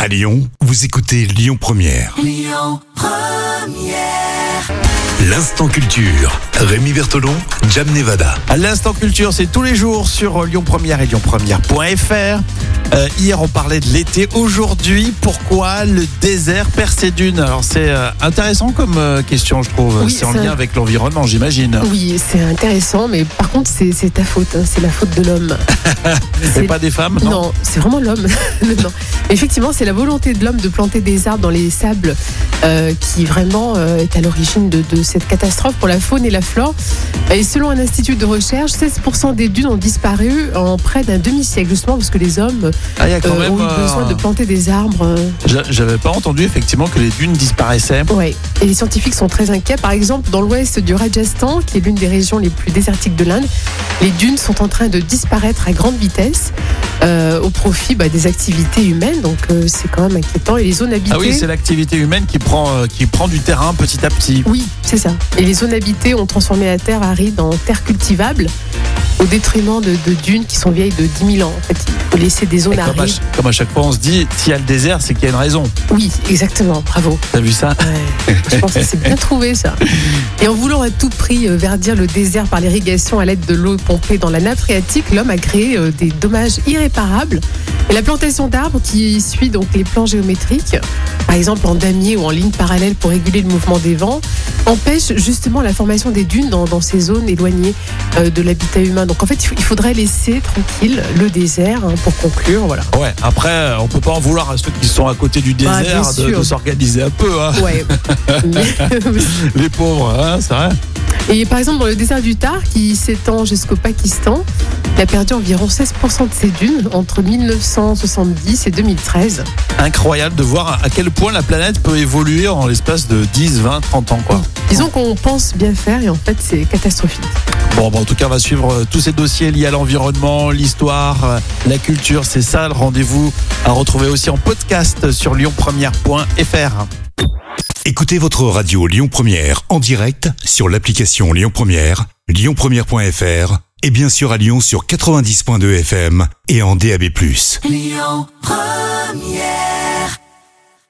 À Lyon, vous écoutez Lyon Première. Lyon Première. L'instant culture. Rémi Bertolon, Jam Nevada. L'instant culture, c'est tous les jours sur Lyon Première et lyonpremière.fr. Hier, on parlait de l'été. Aujourd'hui, pourquoi le désert perd ses dunes? Alors, c'est intéressant comme question, je trouve. Oui, c'est en lien avec l'environnement, j'imagine. Oui, c'est intéressant, mais par contre, c'est ta faute. Hein, c'est la faute de l'homme. C'est pas des femmes, non? Non, c'est vraiment l'homme. Non. Effectivement, c'est la volonté de l'homme de planter des arbres dans les sables qui vraiment est à l'origine de cette catastrophe pour la faune et la flore. Et selon un institut de recherche, 16% des dunes ont disparu en près d'un demi-siècle, justement parce que les hommes Il y a quand même, ont eu besoin de planter des arbres. J'avais pas entendu effectivement que les dunes disparaissaient. Oui, et les scientifiques sont très inquiets. Par exemple, dans l'ouest du Rajasthan, qui est l'une des régions les plus désertiques de l'Inde, les dunes sont en train de disparaître à grande vitesse au profit des activités humaines. Donc c'est quand même inquiétant. Et les zones habitées... Ah oui, c'est l'activité humaine qui prend du terrain petit à petit. Oui, c'est ça. Et les zones habitées ont transformé la terre aride en terre cultivable au détriment de dunes qui sont vieilles de 10 000 ans. En fait, il faut laisser des zones arides. Comme à chaque fois, on se dit, s'il y a le désert, c'est qu'il y a une raison. Oui, exactement. Bravo. T'as vu ça? Ouais, je pense que c'est bien trouvé, ça. Et en voulant à tout prix verdir le désert par l'irrigation à l'aide de l'eau pompée dans la nappe phréatique, l'homme a créé des dommages irréparables. Et la plantation d'arbres qui suit donc les plans géométriques, par exemple en damier ou en ligne parallèle pour réguler le mouvement des vents, empêche justement la formation des dunes dans ces zones éloignées de l'habitat humain. Donc en fait, il faudrait laisser tranquille le désert, pour conclure. Voilà. Ouais, après, on peut pas en vouloir à ceux qui sont à côté du désert de s'organiser un peu. Hein. Ouais. Les pauvres, hein, c'est vrai. Et par exemple, dans le désert du Thar, qui s'étend jusqu'au Pakistan, il a perdu environ 16% de ses dunes entre 1970 et 2013. Incroyable de voir à quel point la planète peut évoluer en l'espace de 10, 20, 30 ans. Quoi. Disons qu'on pense bien faire et en fait, c'est catastrophique. Bon, en tout cas, on va suivre tous ces dossiers liés à l'environnement, l'histoire, la culture. C'est ça le rendez-vous à retrouver aussi en podcast sur lyonpremière.fr. Écoutez votre radio Lyon Première en direct sur l'application Lyon Première, lyonpremière.fr et bien sûr à Lyon sur 90.2 FM et en DAB+. Lyon Première.